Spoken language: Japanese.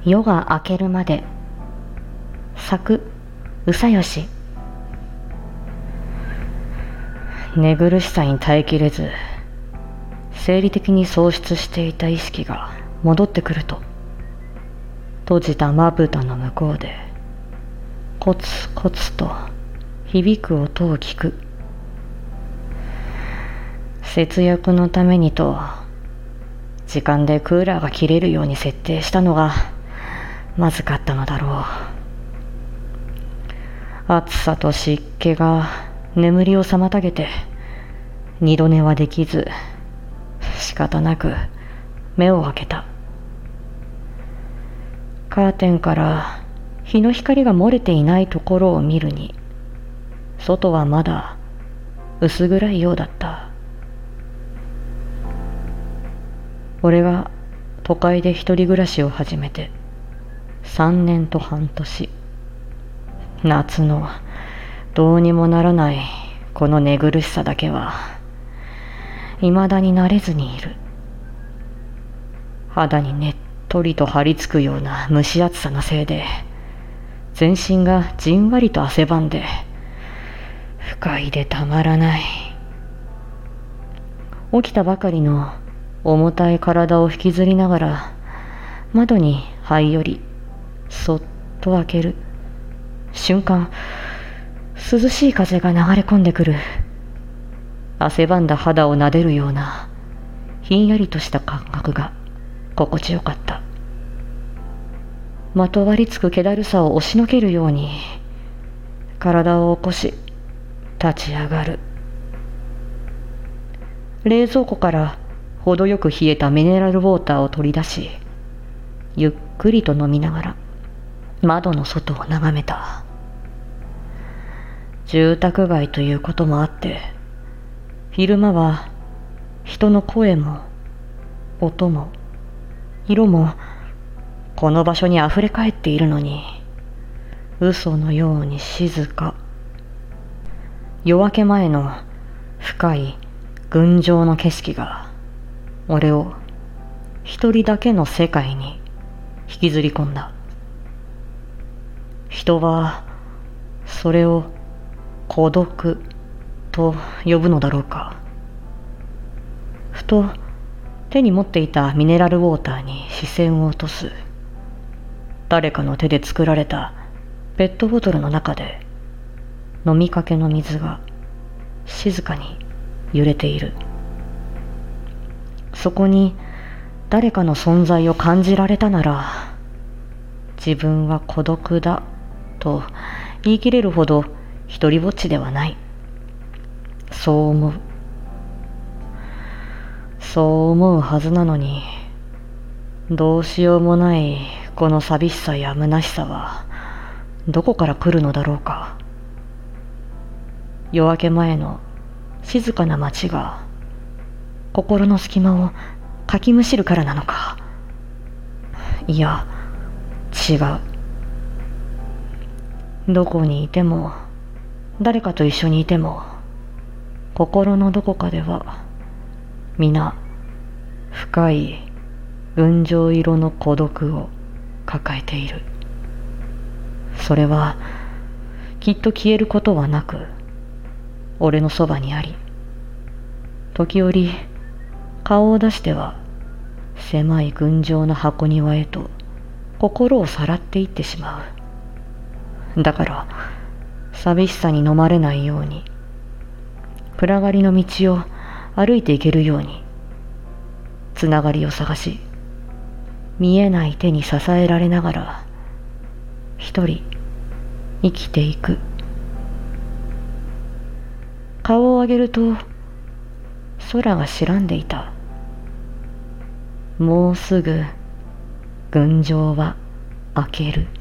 夜が明けるまで咲くうさよし。寝苦しさに耐えきれず、生理的に喪失していた意識が戻ってくると、閉じたまぶたの向こうでコツコツと響く音を聞く。節約のためにと時間でクーラーが切れるように設定したのがまずかったのだろう。暑さと湿気が眠りを妨げて二度寝はできず、仕方なく目を開けた。カーテンから日の光が漏れていないところを見るに、外はまだ薄暗いようだった。俺が都会で一人暮らしを始めて3年と半年。夏のどうにもならないこの寝苦しさだけは未だに慣れずにいる。肌にねっとりと張り付くような蒸し暑さのせいで、全身がじんわりと汗ばんで不快でたまらない。起きたばかりの重たい体を引きずりながら窓に這い寄り、そっと開ける瞬間、涼しい風が流れ込んでくる。汗ばんだ肌を撫でるようなひんやりとした感覚が心地よかった。まとわりつく気だるさを押しのけるように体を起こし立ち上がる。冷蔵庫から程よく冷えたミネラルウォーターを取り出し、ゆっくりと飲みながら窓の外を眺めた。住宅街ということもあって、昼間は人の声も音も色もこの場所にあふれかえっているのに、嘘のように静か。夜明け前の深い群青の景色が俺を一人だけの世界に引きずり込んだ。人はそれを孤独と呼ぶのだろうか。ふと手に持っていたミネラルウォーターに視線を落とす。誰かの手で作られたペットボトルの中で飲みかけの水が静かに揺れている。そこに誰かの存在を感じられたなら、自分は孤独だと言い切れるほど一りぼっちではない。そう思う。そう思うはずなのに、どうしようもないこの寂しさや虚しさはどこから来るのだろうか。夜明け前の静かな街が心の隙間をかきむしるからなのか。いや、違う。どこにいても、誰かと一緒にいても、心のどこかでは皆深い群青色の孤独を抱えている。それはきっと消えることはなく、俺のそばにあり、時折顔を出しては狭い群青の箱庭へと心をさらっていってしまう。だから寂しさに飲まれないように、暗がりの道を歩いていけるように、つながりを探し、見えない手に支えられながら一人生きていく。顔を上げると空が白んでいた。もうすぐ群青は明ける。